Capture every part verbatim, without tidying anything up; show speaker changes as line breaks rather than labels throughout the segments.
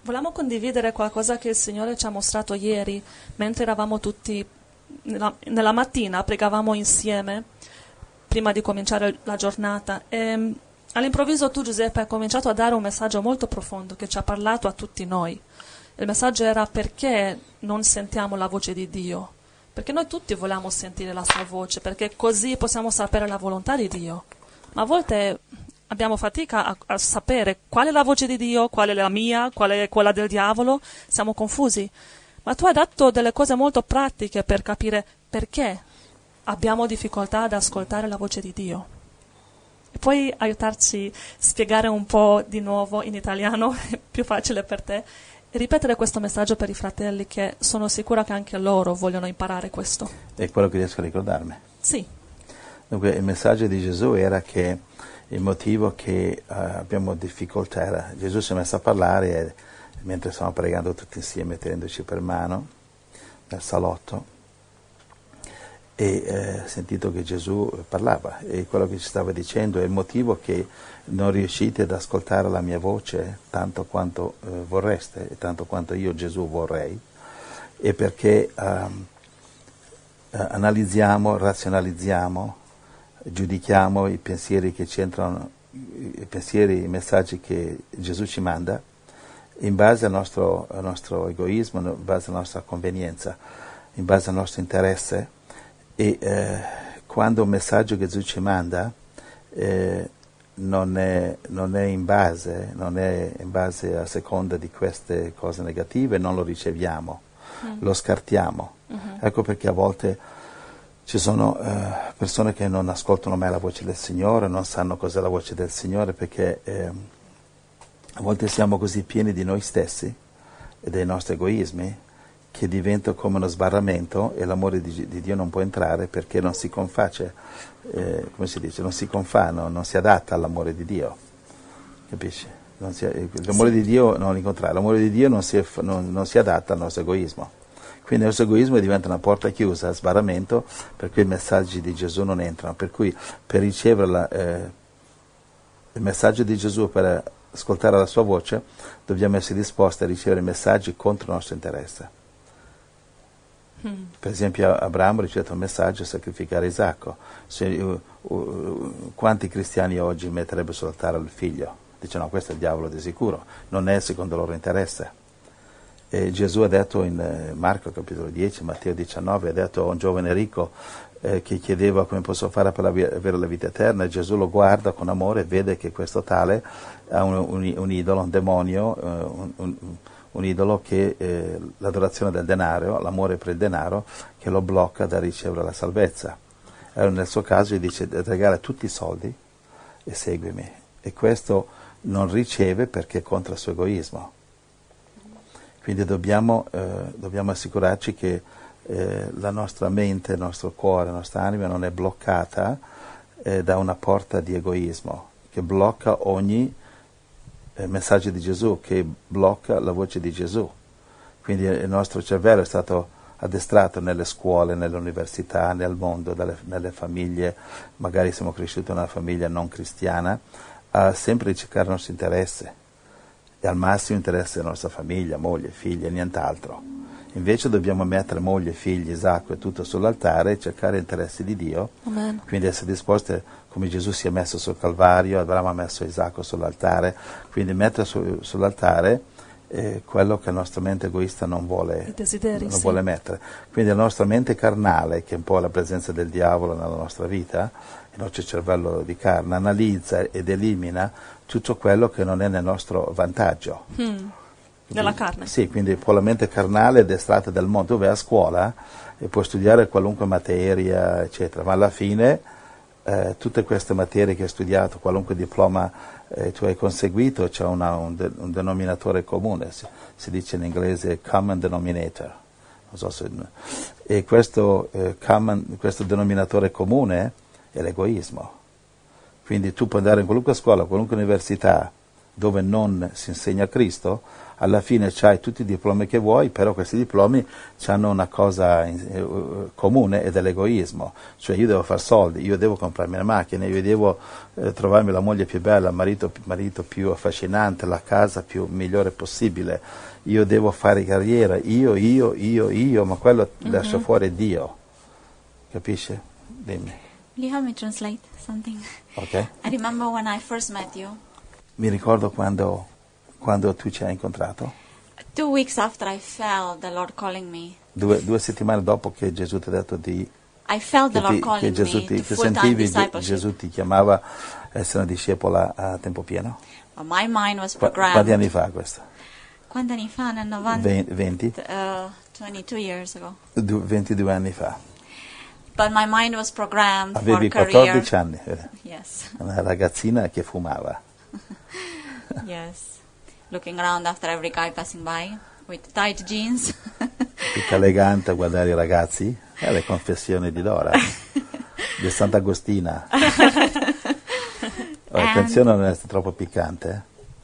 Volevamo condividere qualcosa che il Signore ci ha mostrato ieri, mentre eravamo tutti nella, nella mattina, pregavamo insieme prima di cominciare la giornata. E all'improvviso tu, Giuseppe, hai cominciato a dare un messaggio molto profondo che ci ha parlato a tutti noi. Il messaggio era: perché non sentiamo la voce di Dio? Perché noi tutti vogliamo sentire la sua voce, perché così possiamo sapere la volontà di Dio. Ma a volte abbiamo fatica a, a sapere qual è la voce di Dio, qual è la mia, qual è quella del diavolo, siamo confusi. Ma tu hai dato delle cose molto pratiche per capire perché abbiamo difficoltà ad ascoltare la voce di Dio. E puoi aiutarci a spiegare un po' di nuovo in italiano, è più facile per te, e ripetere questo messaggio per i fratelli, che sono sicura che anche loro vogliono imparare questo.
È quello che riesco a ricordarmi.
Sì.
Dunque il messaggio di Gesù era che il motivo che uh, abbiamo difficoltà era: Gesù si è messo a parlare e, mentre stavamo pregando tutti insieme, tenendoci per mano nel salotto, e eh, sentito che Gesù parlava, e quello che ci stava dicendo è: il motivo che non riuscite ad ascoltare la mia voce tanto quanto eh, vorreste e tanto quanto io, Gesù, vorrei, è perché um, analizziamo, razionalizziamo, giudichiamo i pensieri che c'entrano, i pensieri, i messaggi che Gesù ci manda, in base al nostro, al nostro egoismo, in base alla nostra convenienza, in base al nostro interesse. E eh, quando un messaggio che Gesù ci manda eh, non, è, non è in base, non è in base a seconda di queste cose negative, non lo riceviamo, mm. lo scartiamo. Mm-hmm. Ecco perché a volte ci sono eh, persone che non ascoltano mai la voce del Signore, non sanno cos'è la voce del Signore, perché eh, a volte siamo così pieni di noi stessi e dei nostri egoismi che diventa come uno sbarramento, e l'amore di, di Dio non può entrare perché non si conface, eh, come si dice, non si confà, no, non si adatta all'amore di Dio, capisci? Non si, l'amore sì. di Dio, non l'incontrare, l'amore di Dio non si, non, non si adatta al nostro egoismo. Quindi il nostro egoismo diventa una porta chiusa, sbarramento, per cui i messaggi di Gesù non entrano. Per cui per ricevere la, eh, il messaggio di Gesù, per ascoltare la sua voce, dobbiamo essere disposti a ricevere messaggi contro il nostro interesse. Mm. Per esempio Abramo ha ricevuto un messaggio: sacrificare Isacco. Se, uh, uh, quanti cristiani oggi metterebbero sull'altare il figlio? Dice: no, questo è il diavolo di sicuro, non è secondo il loro interesse. E Gesù ha detto in eh, Marco capitolo dieci, Matteo diciannove, ha detto a un giovane ricco eh, che chiedeva come posso fare per la via, avere la vita eterna, e Gesù lo guarda con amore e vede che questo tale ha un, un, un idolo, un demonio, eh, un, un, un idolo che eh, l'adorazione del denaro, l'amore per il denaro, che lo blocca da ricevere la salvezza. Allora, nel suo caso gli dice: regala tutti i soldi e seguimi. E questo non riceve perché è contro il suo egoismo. Quindi dobbiamo, eh, dobbiamo assicurarci che eh, la nostra mente, il nostro cuore, la nostra anima non è bloccata eh, da una porta di egoismo che blocca ogni eh, messaggio di Gesù, che blocca la voce di Gesù. Quindi il nostro cervello è stato addestrato nelle scuole, nelle università, nel mondo, dalle, nelle famiglie, magari siamo cresciuti in una famiglia non cristiana, a sempre ricercare il nostro interesse. E al massimo interesse della nostra famiglia, moglie, figli e nient'altro. Invece dobbiamo mettere moglie, figli, Isacco e tutto sull'altare e cercare gli interessi di Dio.
Amen.
Quindi essere disposti, come Gesù si è messo sul Calvario, Abramo ha messo Isacco sull'altare, quindi mettere su, sull'altare eh, quello che la nostra mente egoista non vuole,
desideri,
non
sì.
vuole mettere. Quindi la nostra mente carnale, che è un po' la presenza del diavolo nella nostra vita, il nostro cervello di carne, analizza ed elimina tutto quello che non è nel nostro vantaggio.
Mm. Nella carne.
Sì, quindi può la mente carnale addestrata del mondo, dove a scuola e può studiare qualunque materia, eccetera, ma alla fine eh, tutte queste materie che hai studiato, qualunque diploma eh, tu hai conseguito, c'è una, un, de, un denominatore comune, si, si dice in inglese common denominator. Non so se, e questo, eh, common, questo denominatore comune è l'egoismo. Quindi tu puoi andare in qualunque scuola, qualunque università, dove non si insegna Cristo, alla fine c'hai tutti i diplomi che vuoi, però questi diplomi hanno una cosa in, uh, comune ed è l'egoismo. Cioè io devo fare soldi, io devo comprarmi una macchina, io devo eh, trovarmi la moglie più bella, il marito, marito più affascinante, la casa più migliore possibile, io devo fare carriera, io, io, io, io, ma quello mm-hmm. lascia fuori Dio. Capisci? Dimmi.
Will you help me translate something?
Okay.
I remember when I first met you.
Mi ricordo quando, quando tu ci hai incontrato.
Two weeks after I felt the Lord calling me.
Due, due settimane dopo che Gesù ti ha detto di...
I felt the
che,
Lord
ti,
calling
che Gesù
me
ti,
to
che
full-time
sentivi
discipleship.
Gesù ti chiamava a essere una discepola a tempo pieno.
But my mind was
Qu-
programmed.
quanti anni fa questo?
Quanti anni fa? Nel novanta?
venti?
Uh, twenty-two years ago.
Du- ventidue anni fa.
But my mind was programmed
Avevi
for career.
quattordici anni.
Yes.
Una ragazzina che fumava.
Yes. Looking around after every guy passing by with tight jeans.
Tutta elegante a guardare i ragazzi. Eh, le confessioni di Dora. Di Sant'Agostina. Oh, attenzione a non essere troppo piccante.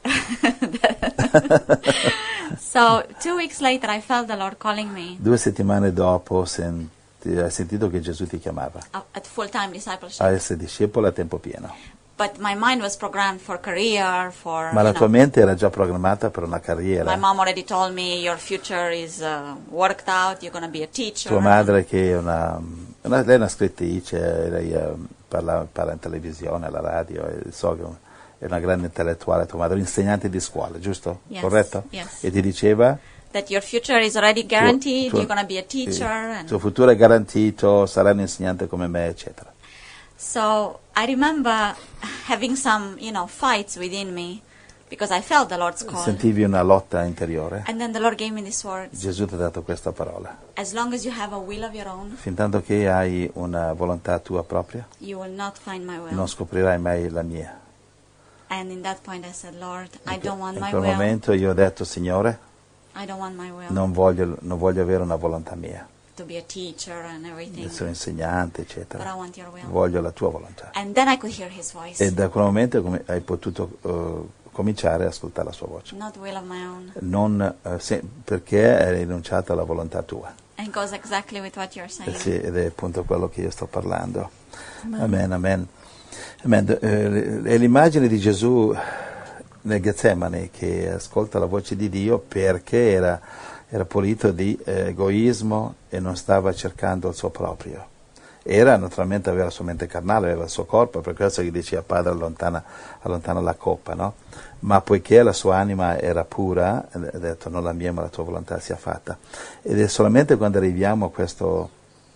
So, two weeks later I felt the Lord calling me.
Due settimane dopo senti, hai sentito che Gesù ti chiamava
At full-time discipleship.
a essere discepolo a tempo pieno.
But my mind was programmed for career, for...
Ma la
you
tua
know,
mente era già programmata per una carriera.
my mom already told me, your future is uh, worked out, you're going to be a teacher.
Tua madre che è una, una, lei è una scrittrice, lei uh, parla, parla in televisione, alla radio, e so che è una grande intellettuale, tua madre, insegnante di scuola, giusto?
Yes,
Corretto?
yes.
E ti diceva?
That your future is already guaranteed,
tuo,
you're going to be a teacher.
Sì,
and
il tuo futuro è garantito, sarai un insegnante come me, eccetera.
So I remember having some, you know, fights within me because I felt the Lord's call.
Sentivi una lotta interiore.
And then the Lord gave me these words.
Gesù ti ha dato questa parola.
As long as you have a will of your own,
Fintanto che hai una volontà tua propria,
you will not find my will.
non scoprirai mai la mia.
And in that point I said, Lord, I
In,
don't want
in
my
quel
will.
momento io ho detto, Signore,
I don't want my will
non voglio, non voglio avere una volontà mia,
to be a teacher and
di
everything,
essere insegnante,
but I
eccetera.
want your will.
Voglio la tua volontà.
And then I could hear His voice.
E da quel momento com- hai potuto uh, cominciare a ascoltare la sua voce.
Not will of my own.
Non, uh, se- perché hai rinunciato alla volontà tua.
And it goes exactly with what you're saying.
Eh sì, ed è appunto quello che io sto parlando. Amen, amen. amen. Eh, È l'immagine di Gesù nel Getsemani che ascolta la voce di Dio perché era, era pulito di eh, egoismo e non stava cercando il suo proprio. Era, naturalmente aveva la sua mente carnale, aveva il suo corpo, per questo gli diceva Padre allontana, allontana la coppa, no? Ma poiché la sua anima era pura, ha detto non la mia ma la tua volontà sia fatta. Ed è solamente quando arriviamo a questo,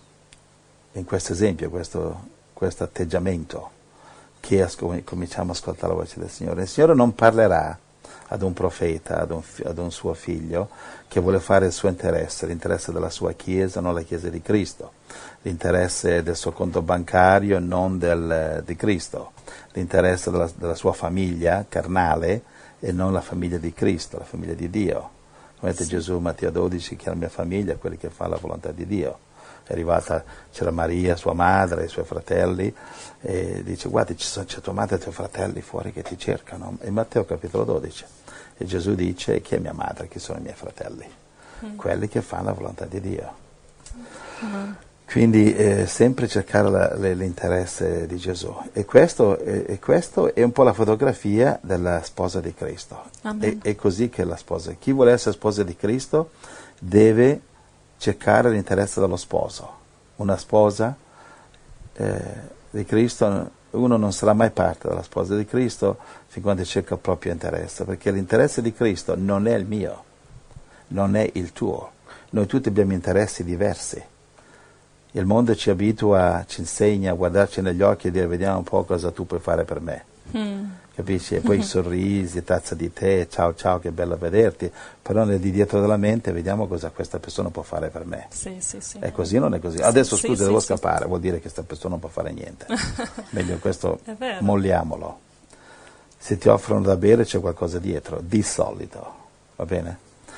in questo esempio, questo, questo atteggiamento, che ascol- cominciamo a ascoltare la voce del Signore. Il Signore non parlerà ad un profeta, ad un, fi- ad un suo figlio che vuole fare il suo interesse, l'interesse della sua Chiesa, non la Chiesa di Cristo, l'interesse del suo conto bancario, non del, di Cristo, l'interesse della, della sua famiglia carnale e non la famiglia di Cristo, la famiglia di Dio. Come sì. Gesù in Matteo dodici, che è la mia famiglia, quelli che fanno la volontà di Dio. È arrivata, c'era Maria, sua madre, i suoi fratelli, e dice guarda ci sono, c'è tua madre e i tuoi fratelli fuori che ti cercano, in Matteo capitolo dodici, e Gesù dice chi è mia madre, chi sono i miei fratelli? Mm. Quelli che fanno la volontà di Dio. Mm. Quindi eh, sempre cercare la, le, l'interesse di Gesù, e questo, e, e questo è un po' la fotografia della sposa di Cristo. È, è così che la sposa, chi vuole essere sposa di Cristo deve cercare l'interesse dello sposo. Una sposa eh, di Cristo, uno non sarà mai parte della sposa di Cristo fin quando cerca il proprio interesse, perché l'interesse di Cristo non è il mio, non è il tuo. Noi tutti abbiamo interessi diversi. Il mondo ci abitua, ci insegna a guardarci negli occhi e dire vediamo un po' cosa tu puoi fare per me. Mm. Capisci? E poi i sorrisi, tazza di tè, ciao ciao, che bello vederti, però nel di dietro della mente vediamo cosa questa persona può fare per me.
Sì, sì, sì.
È così o non è così? Adesso
sì,
scusa,
sì,
devo
sì,
scappare,
sì.
Vuol dire che questa persona non può fare niente. Meglio questo,
vero.
molliamolo. Se ti offrono da bere c'è qualcosa dietro, di solito, va bene?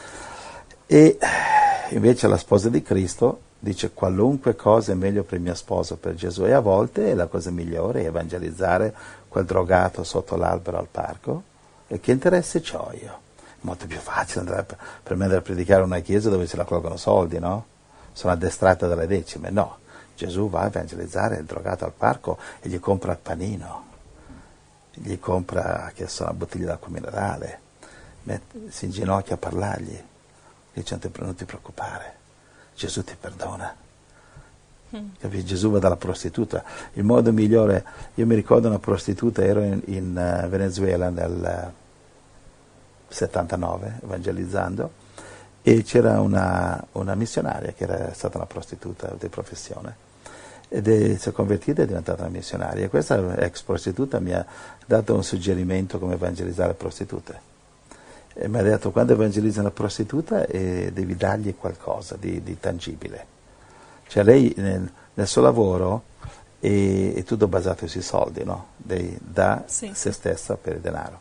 E invece la sposa di Cristo dice qualunque cosa è meglio per il mio sposo, per Gesù, e a volte la cosa migliore è evangelizzare quel drogato sotto l'albero al parco E che interesse c'ho io? Molto più facile andare per, per me andare a predicare una chiesa dove si raccolgono soldi, no? Sono addestrato dalle decime, no. Gesù va a evangelizzare il drogato al parco e gli compra il panino, gli compra, che so, una bottiglia d'acqua minerale, mette, si inginocchia a parlargli, dice non ti preoccupare, Gesù ti perdona. Mm. Capisci? Gesù va dalla prostituta. Il modo migliore, io mi ricordo una prostituta, ero in, in uh, Venezuela nel settantanove evangelizzando, e c'era una, una missionaria che era stata una prostituta di professione ed è, si è convertita e è diventata una missionaria. E questa ex prostituta mi ha dato un suggerimento come evangelizzare le prostitute e mi ha detto: quando evangelizzi una prostituta eh, devi dargli qualcosa di, di tangibile, cioè lei nel, nel suo lavoro è, è tutto basato sui soldi, no? Lei dà sì, se stessa per il denaro,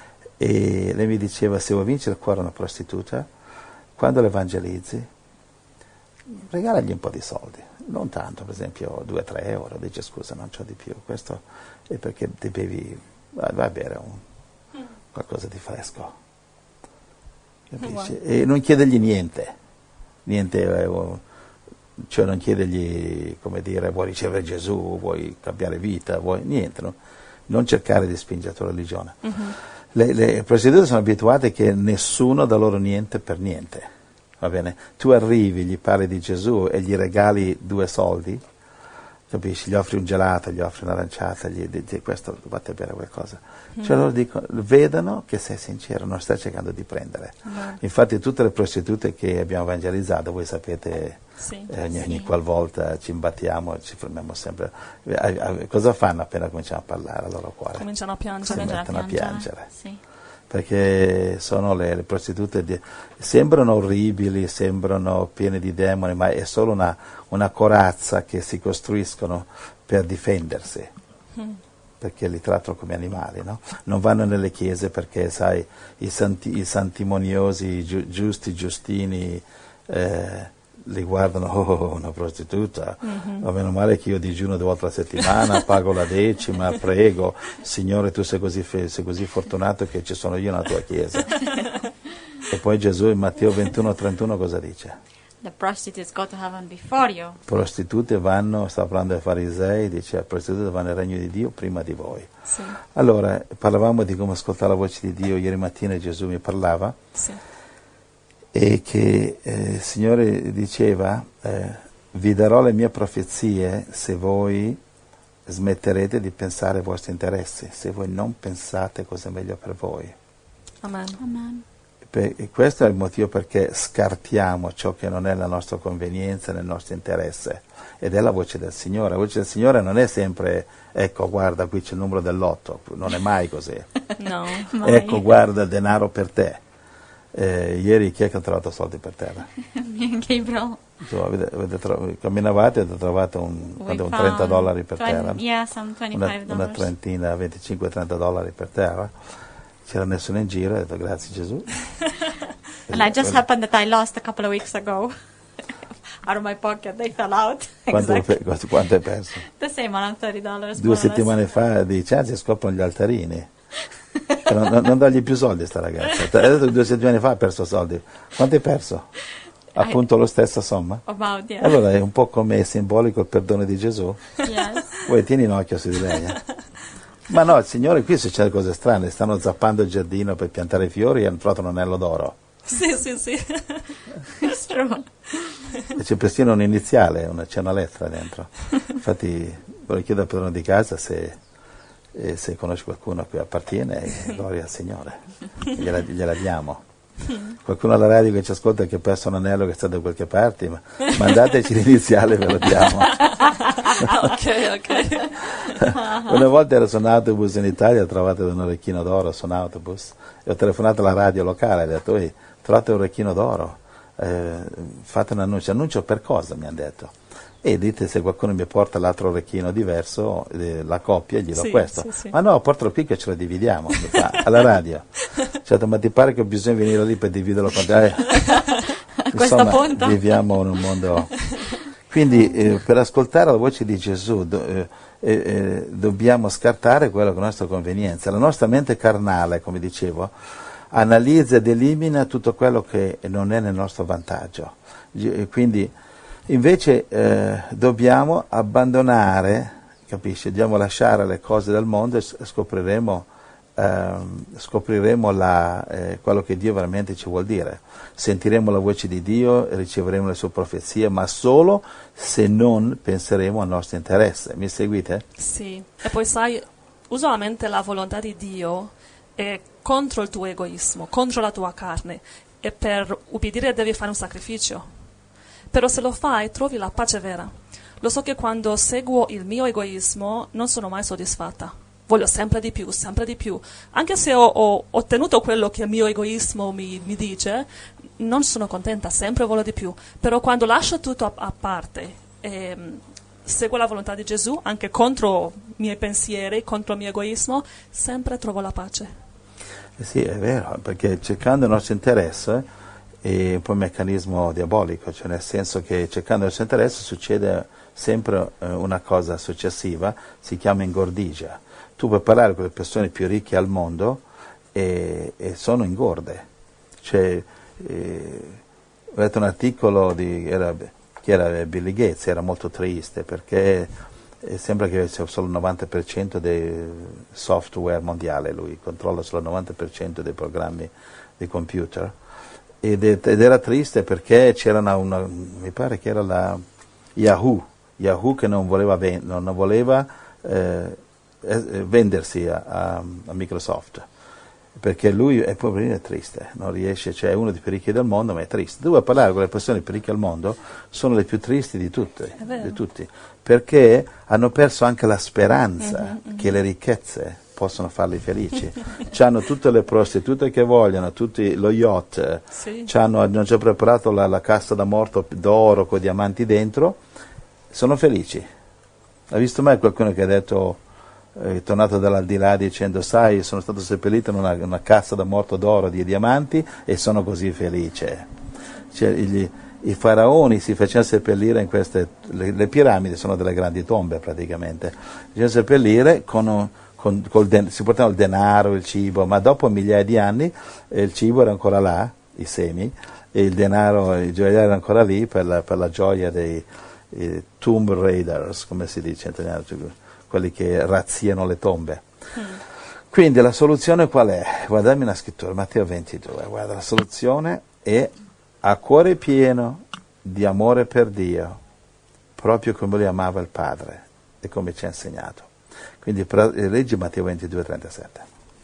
e lei mi diceva: se vuoi vincere il cuore a una prostituta, quando l'evangelizzi, regalagli un po' di soldi, non tanto, per esempio due o tre euro, dice scusa non c'ho di più, questo è perché ti bevi, vai, vai a bere un, qualcosa di fresco, capisci? Wow. E non chiedergli niente, niente, eh, cioè non chiedergli, come dire, vuoi ricevere Gesù, vuoi cambiare vita, vuoi niente, no? Non cercare di spingere la tua religione. Uh-huh. Le, le prostitute sono abituate che nessuno dà loro niente per niente, va bene? Tu arrivi, gli parli di Gesù e gli regali due soldi, capisci? Gli offri un gelato, gli offri un'aranciata, gli dici questo, fate bere qualcosa. Mm. Cioè loro dicono, vedono che sei sincero, non stai cercando di prendere. Mm. Infatti tutte le prostitute che abbiamo evangelizzato, voi sapete, sì, eh, ogni, sì. ogni qualvolta ci imbattiamo, ci fermiamo sempre. Eh, eh, cosa fanno appena cominciamo a parlare al loro cuore?
Cominciano a piangere.
Si mettono a piangere.
Sì.
Perché sono le, le prostitute, di, sembrano orribili, sembrano piene di demoni, ma è solo una, una corazza che si costruiscono per difendersi, mm. perché li trattano come animali, no? Non vanno nelle chiese perché, sai, i, santi, i santimoniosi, i giu, giusti, giustini, eh, li guardano, oh, una prostituta, mm-hmm. ma meno male che io digiuno due volte alla settimana, pago la decima, prego, Signore tu sei così, fe- sei così fortunato che ci sono io nella tua chiesa. E poi Gesù in Matteo ventuno trentuno cosa dice?
The prostitutes go to heaven before you.
Prostitute vanno, sta parlando ai farisei, dice prostitute vanno nel regno di Dio prima di voi.
Sì.
Allora, parlavamo di come ascoltare la voce di Dio, ieri mattina Gesù mi parlava.
Sì.
E che eh, il Signore diceva eh, vi darò le mie profezie se voi smetterete di pensare ai vostri interessi, se voi non pensate cosa è meglio per voi.
Amen.
Amen.
Per, e questo è il motivo perché scartiamo ciò che non è la nostra convenienza, nel nostro interesse, ed è la voce del Signore. La voce del Signore non è sempre ecco guarda qui c'è il numero del lotto, non è mai così.
No,
mai.
Ecco guarda il denaro per te. Eh, ieri chi è che ha trovato soldi per terra?
Gabriel.
Tu, avete, avete tro- camminavate e avete trovato un, un trenta dollari per
twenty,
terra,
yeah, some
una, una trentina, venticinque trenta dollari per terra. C'era nessuno in giro, ho detto grazie Gesù.
And I just happened that I lost a couple of weeks ago. Out of my pocket, they fell out.
Quanto,
Exactly.
quanto, quanto hai perso?
The same amount, thirty dollars.
Due settimane fa dice, ah, si scoprono gli altarini. non, non, non dargli più soldi a sta ragazza. Ha detto che due settimane fa ha perso soldi. Quanto hai perso? Appunto I, lo stesso somma?
About, yeah.
Allora è un po' come simbolico il perdono di Gesù.
Yes.
Poi tieni in occhio su di lei. Eh? Ma no, il Signore qui succede cose strane. Stanno zappando il giardino per piantare i fiori e hanno trovato un anello d'oro.
Sì, sì, sì.
It's true.
E c'è persino un iniziale, una, c'è una lettera dentro. Infatti vorrei chiedere al padrone di casa se... E se conosci qualcuno a cui appartiene, gloria al Signore, gliela, gliela diamo. Qualcuno alla radio che ci ascolta che ha perso un anello che sta da qualche parte, ma mandateci l'iniziale e ve lo diamo.
Ok, ok.
Una volta ero su un autobus in Italia, ho trovato un orecchino d'oro su un autobus e ho telefonato alla radio locale, ho detto, ehi, trovate un orecchino d'oro, eh, fate un annuncio. Annuncio per cosa, mi hanno detto. E dite se qualcuno mi porta l'altro orecchino diverso, eh, la coppia, gli do
sì,
questo.
Sì, sì.
Ma no, portalo qui che ce lo dividiamo, mi fa, alla radio. Certo, ma ti pare che ho bisogno di venire lì per dividerlo con te? Eh, insomma, viviamo in un mondo... Quindi eh, per ascoltare la voce di Gesù do, eh, eh, eh, dobbiamo scartare quello che è la nostra convenienza. La nostra mente carnale, come dicevo, analizza ed elimina tutto quello che non è nel nostro vantaggio. Quindi invece eh, dobbiamo abbandonare, capisci? Dobbiamo lasciare le cose del mondo e scopriremo, eh, scopriremo la, eh, quello che Dio veramente ci vuol dire. Sentiremo la voce di Dio, riceveremo le sue profezie, ma solo se non penseremo al nostro interesse. Mi seguite?
Sì, e poi sai, usualmente la volontà di Dio è contro il tuo egoismo, contro la tua carne, e per ubbidire devi fare un sacrificio. Però se lo fai trovi la pace vera. Lo so che quando seguo il mio egoismo non sono mai soddisfatta. Voglio sempre di più, sempre di più. Anche se ho, ho ottenuto quello che il mio egoismo mi, mi dice, non sono contenta, sempre voglio di più. Però quando lascio tutto a, a parte e seguo la volontà di Gesù, anche contro i miei pensieri, contro il mio egoismo, sempre trovo la pace.
Eh sì, è vero, perché cercando il nostro interesse è un po' un meccanismo diabolico, cioè nel senso che cercando il nostro interesse succede sempre eh, una cosa successiva, si chiama ingordigia. Tu puoi parlare con le persone più ricche al mondo e, e sono ingorde. Cioè, eh, ho letto un articolo di era, che era Bill Gates, era molto triste perché eh, sembra che avesse solo il novanta per cento del software mondiale, lui controlla solo il novanta per cento dei programmi dei computer. Ed, ed era triste perché c'era una, una, mi pare che era la Yahoo, Yahoo che non voleva, ven- non voleva eh, vendersi a, a, a Microsoft, perché lui è poverino, è triste, non riesce, cioè è uno dei più ricchi del mondo, ma è triste. Tu vuoi parlare con le persone più ricche al mondo, sono le più tristi di tutte, di tutti, perché hanno perso anche la speranza mm-hmm, mm-hmm. che le ricchezze possono farli felici. C'hanno tutte le prostitute che vogliono, tutti lo yacht, sì. C'hanno, hanno già preparato la, la cassa da morto d'oro con diamanti dentro, sono felici. Hai visto mai qualcuno che ha detto, eh, è tornato dall'aldilà dicendo, sai, sono stato seppellito in una, una cassa da morto d'oro di diamanti e sono così felice. Cioè, gli, i faraoni si facevano seppellire in queste, le, le piramidi sono delle grandi tombe praticamente, si facevano seppellire con un Con, col den- si portavano il denaro, il cibo, ma dopo migliaia di anni eh, il cibo era ancora là, i semi, e il denaro, il gioiello era ancora lì per la, per la gioia dei eh, tomb raiders, come si dice in italiano, cioè, quelli che razziano le tombe. Mm. Quindi la soluzione qual è? Guardami una scrittura, Matteo ventidue, guarda, la soluzione è a cuore pieno di amore per Dio, proprio come lui amava il Padre e come ci ha insegnato. Quindi leggi Matteo ventidue trentasette.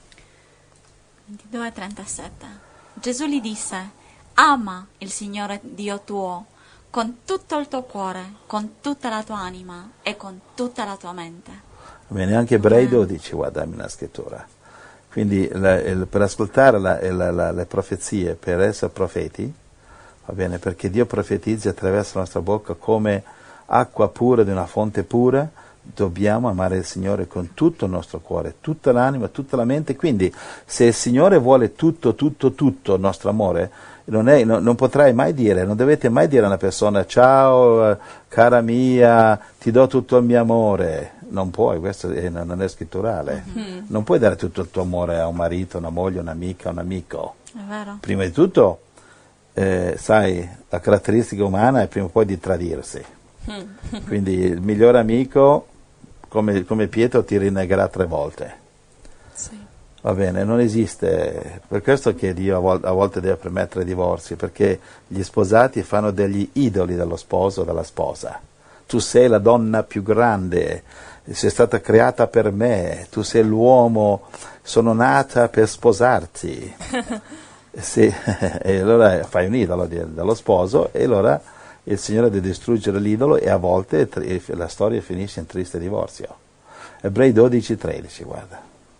ventidue trentasette. Gesù gli disse: ama il Signore Dio tuo con tutto il tuo cuore, con tutta la tua anima e con tutta la tua mente.
Bene, anche Ebrei dodici, guardami una scrittura. Quindi la, il, per ascoltare la, la, la, le profezie, per essere profeti, va bene, perché Dio profetizza attraverso la nostra bocca come acqua pura di una fonte pura, dobbiamo amare il Signore con tutto il nostro cuore, tutta l'anima, tutta la mente. Quindi se il Signore vuole tutto, tutto, tutto il nostro amore, non, è, no, non potrai mai dire, non dovete mai dire a una persona ciao cara mia, ti do tutto il mio amore. Non puoi, questo è, non è scritturale. Mm-hmm. Non puoi dare tutto il tuo amore a un marito, una moglie, un'amica, un amico.
È vero.
Prima di tutto, eh, sai, la caratteristica umana è prima o poi di tradirsi. Mm. Quindi il migliore amico, come, come Pietro, ti rinnegherà tre volte. Sì. Va bene, non esiste, per questo che Dio a, vol- a volte deve permettere divorzi, perché gli sposati fanno degli idoli dello sposo o della sposa. Tu sei la donna più grande, sei stata creata per me, tu sei l'uomo, sono nata per sposarti. Sì, e allora fai un idolo di, dello sposo e allora il Signore deve distruggere l'idolo e a volte la storia finisce in triste divorzio. Ebrei dodici tredici, guarda.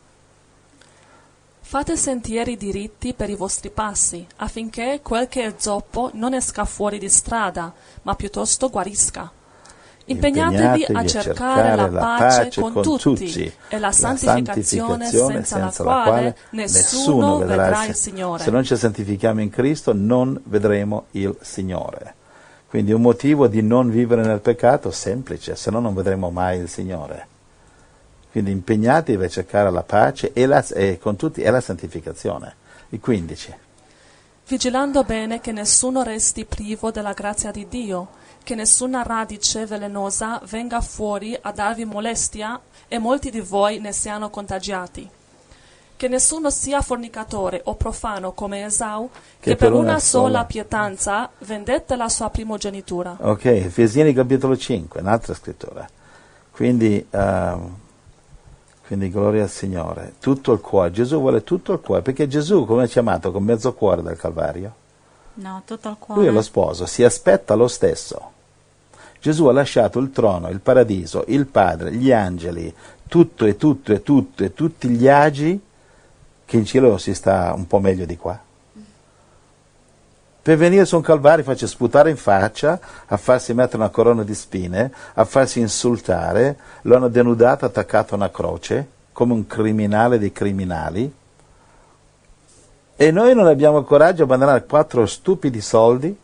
Fate sentieri diritti per i vostri passi, affinché quel che è zoppo non esca fuori di strada, ma piuttosto guarisca. Impegnatevi, Impegnatevi a cercare, cercare la pace, pace con, con tutti, tutti e la santificazione, santificazione senza, senza la quale, quale nessuno vedrà, vedrà il Signore.
Se non ci santifichiamo in Cristo non vedremo il Signore. Quindi un motivo di non vivere nel peccato semplice, se no non vedremo mai il Signore. Quindi impegnatevi a cercare la pace e, la, e con tutti e la santificazione. Il quindici.
Vigilando bene che nessuno resti privo della grazia di Dio, che nessuna radice velenosa venga fuori a darvi molestia e molti di voi ne siano contagiati. Che nessuno sia fornicatore o profano come Esau, che, che per una, una sola, sola pietanza vendette la sua primogenitura.
Ok, Efesini capitolo cinque, un'altra scrittura. Quindi, uh, quindi gloria al Signore, tutto il cuore. Gesù vuole tutto il cuore, perché Gesù come ci ha amato con mezzo cuore dal Calvario?
No, tutto il cuore.
Lui è lo sposo, si aspetta lo stesso. Gesù ha lasciato il trono, il paradiso, il Padre, gli angeli, tutto e tutto e tutto e tutti gli agi, che in cielo si sta un po' meglio di qua. Per venire su un Calvario faccia sputare in faccia, a farsi mettere una corona di spine, a farsi insultare, lo hanno denudato, attaccato a una croce, come un criminale dei criminali, e noi non abbiamo il coraggio di abbandonare quattro stupidi soldi,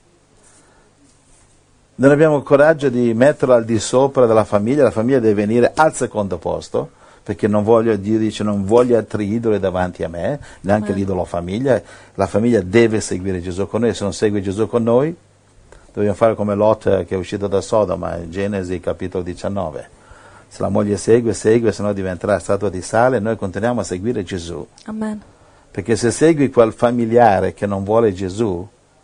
non abbiamo il coraggio di metterlo al di sopra della famiglia, la famiglia deve venire al secondo posto, perché non voglio, Dio dice non voglio altri idoli davanti a me, neanche Amen. L'idolo famiglia, la famiglia deve seguire Gesù con noi, se non segue Gesù con noi dobbiamo fare come Lot che è uscito da Sodoma, in Genesi capitolo diciannove, se la moglie segue, segue, se no diventerà statua di sale, noi continuiamo a seguire Gesù.
Amen.
Perché se segui quel familiare che non vuole Gesù,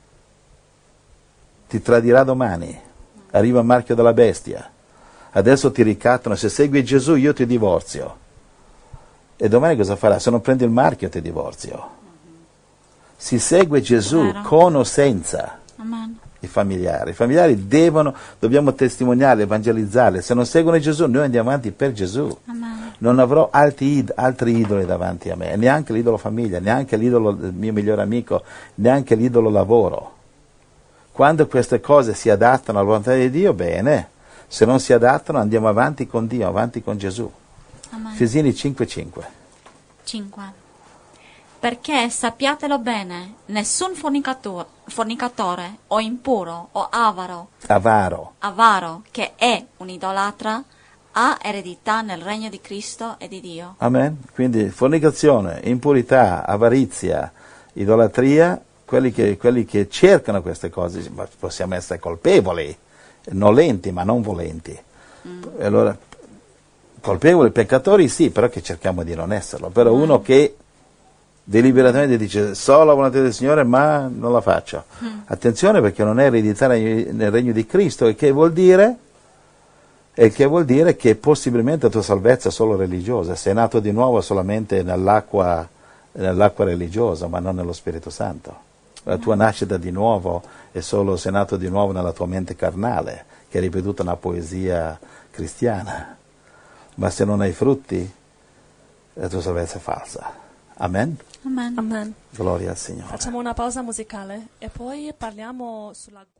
ti tradirà domani, arriva il marchio della bestia. Adesso ti ricattano, se segui Gesù io ti divorzio. E domani cosa farà? Se non prendi il marchio ti divorzio. Si segue Gesù Vero. Con o senza
Amen.
I familiari. I familiari devono, dobbiamo testimoniare, evangelizzare. Se non seguono Gesù noi andiamo avanti per Gesù.
Amen.
Non avrò altri, altri idoli davanti a me, neanche l'idolo famiglia, neanche l'idolo del mio migliore amico, neanche l'idolo lavoro. Quando queste cose si adattano alla volontà di Dio, bene. Se non si adattano andiamo avanti con Dio, avanti con Gesù.
Amen.
Efesini cinque cinque.
cinque. Perché sappiatelo bene, nessun fornicatore, fornicatore o impuro o avaro,
Avaro.
avaro che è un idolatra ha eredità nel regno di Cristo e di Dio.
Amen. Quindi fornicazione, impurità, avarizia, idolatria, quelli che, quelli che cercano queste cose, possiamo essere colpevoli, nolenti ma non volenti. Mm. Allora, colpevoli, peccatori sì, però che cerchiamo di non esserlo. Però mm. uno che deliberatamente dice so la volontà del Signore ma non la faccio. Mm. Attenzione, perché non è eredità nel regno di Cristo, e che vuol dire? E che vuol dire che possibilmente la tua salvezza è solo religiosa, sei nato di nuovo solamente nell'acqua, nell'acqua religiosa, ma non nello Spirito Santo. La tua nascita di nuovo è solo, sei nato di nuovo nella tua mente carnale, che è ripetuta una poesia cristiana. Ma se non hai frutti, la tua salvezza è falsa. Amen?
Amen.
Amen.
Gloria al Signore.
Facciamo una pausa musicale e poi parliamo sulla